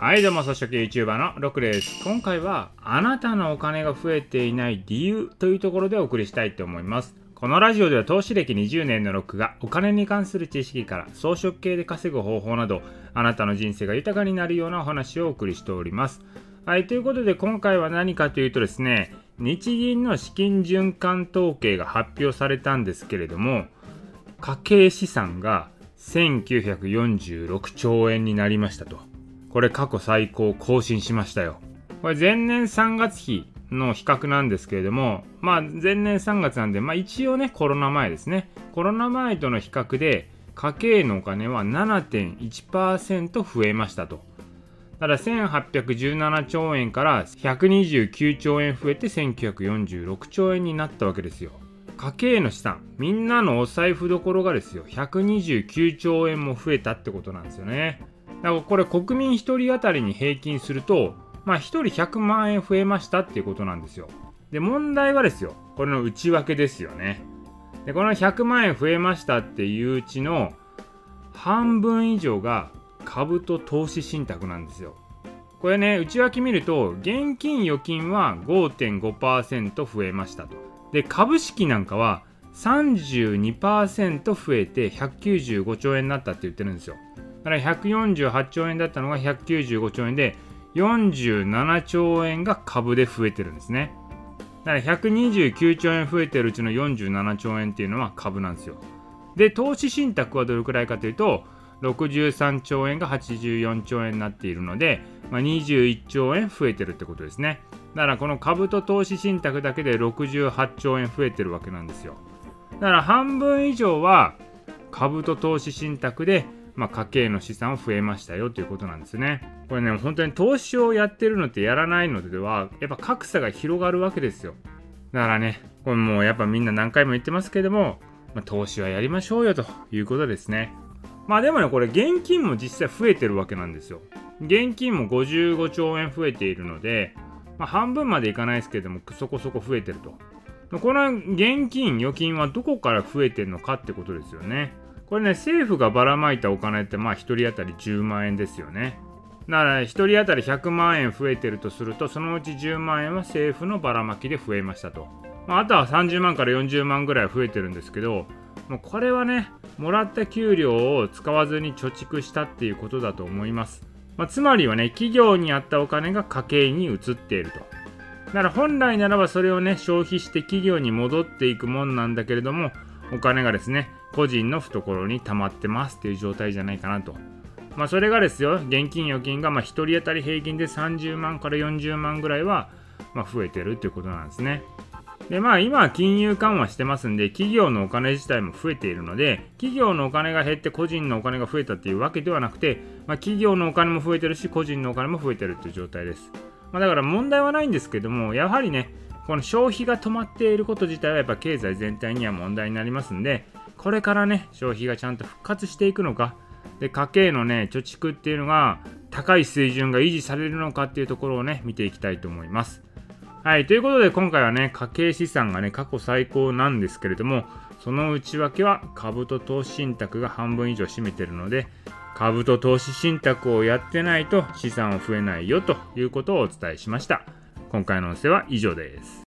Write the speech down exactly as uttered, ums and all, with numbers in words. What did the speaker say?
はいどうも、草食 YouTuber のロクです。今回はあなたのお金が増えていない理由というところでお送りしたいと思います。このラジオでは投資歴にじゅうねんのロックがお金に関する知識から装飾系で稼ぐ方法など、あなたの人生が豊かになるようなお話をお送りしております。はい、ということで今回は何かというとですね、日銀の資金循環統計が発表されたんですけれども、家計資産がせんきゅうひゃくよんじゅうろくちょうえんになりましたと。これ過去最高を更新しましたよ。これ前年さんがつ比の比較なんですけれども、まあ前年さんがつなんで、まあ一応ねコロナ前ですね。コロナ前との比較で家計のお金は ななてんいちパーセント 増えましたと。ただせんはっぴゃくじゅうななちょうえんからひゃくにじゅうきゅうちょうえん増えてせんきゅうひゃくよんじゅうろくちょうえんになったわけですよ。家計の資産、みんなのお財布どころがですよ、ひゃくにじゅうきゅうちょうえんも増えたってことなんですよね。だからこれ国民ひとり当たりに平均すると、まあひとりひゃくまんえん増えましたっていうことなんですよ。で、問題はですよ、これの内訳ですよね。で、このひゃくまんえん増えましたっていううちの半分以上が株と投資信託なんですよ。これね、内訳見ると、現金預金は ごてんごパーセント 増えましたと。で、株式なんかは さんじゅうにパーセント 増えてひゃくきゅうじゅうごちょうえんになったって言ってるんですよ。だからひゃくよんじゅうはちちょうえんだったのがひゃくきゅうじゅうごちょうえんで、よんじゅうななちょうえんが株で増えてるんですね。だからひゃくにじゅうきゅうちょうえん増えてるうちのよんじゅうななちょうえんっていうのは株なんですよ。で、投資信託はどれくらいかというと、ろくじゅうさんちょうえんがはちじゅうよんちょうえんになっているので、まあ、にじゅういっちょうえん増えてるってことですね。だからこの株と投資信託だけでろくじゅうはちちょうえん増えてるわけなんですよ。だから半分以上は株と投資信託で、まあ、家計の資産を増えましたよということなんですね。これね、本当に投資をやってるのとやらないのではやっぱ格差が広がるわけですよ。だからね、これもうやっぱみんな何回も言ってますけども、まあ、投資はやりましょうよということですね。まあでもね、これ現金も実際増えてるわけなんですよ。現金もごじゅうごちょうえん増えているので、まあ、半分までいかないですけどもそこそこ増えてると。この現金預金はどこから増えてるのかってことですよね。これね、政府がばらまいたお金ってまあひとり当たりじゅうまんえんですよね。だからひとり当たりひゃくまんえん増えてるとすると、そのうちじゅうまんえんは政府のばらまきで増えましたと。まあ、あとはさんじゅうまんからよんじゅうまんぐらい増えてるんですけど、もうこれはね、もらった給料を使わずに貯蓄したっていうことだと思います。まあ、つまりはね、企業にあったお金が家計に移っていると。だから本来ならばそれをね、消費して企業に戻っていくもんなんだけれども、お金がですね、個人の懐に溜まってますっていう状態じゃないかなと。まあそれがですよ、現金預金がまあひとり当たり平均でさんじゅうまんからよんじゅうまんぐらいはまあ増えてるっていうことなんですね。でまあ今は金融緩和してますんで、企業のお金自体も増えているので、企業のお金が減って個人のお金が増えたっていうわけではなくて、まあ、企業のお金も増えてるし個人のお金も増えてるっていう状態です。まあ、だから問題はないんですけども、やはりね、この消費が止まっていること自体はやっぱ経済全体には問題になりますんで、これからね、消費がちゃんと復活していくのか、で家計のね、貯蓄っていうのが高い水準が維持されるのかっていうところをね、見ていきたいと思います。はい、ということで今回はね、家計資産がね、過去最高なんですけれども、その内訳は株と投資信託が半分以上占めているので、株と投資信託をやってないと資産は増えないよということをお伝えしました。今回の音声は以上です。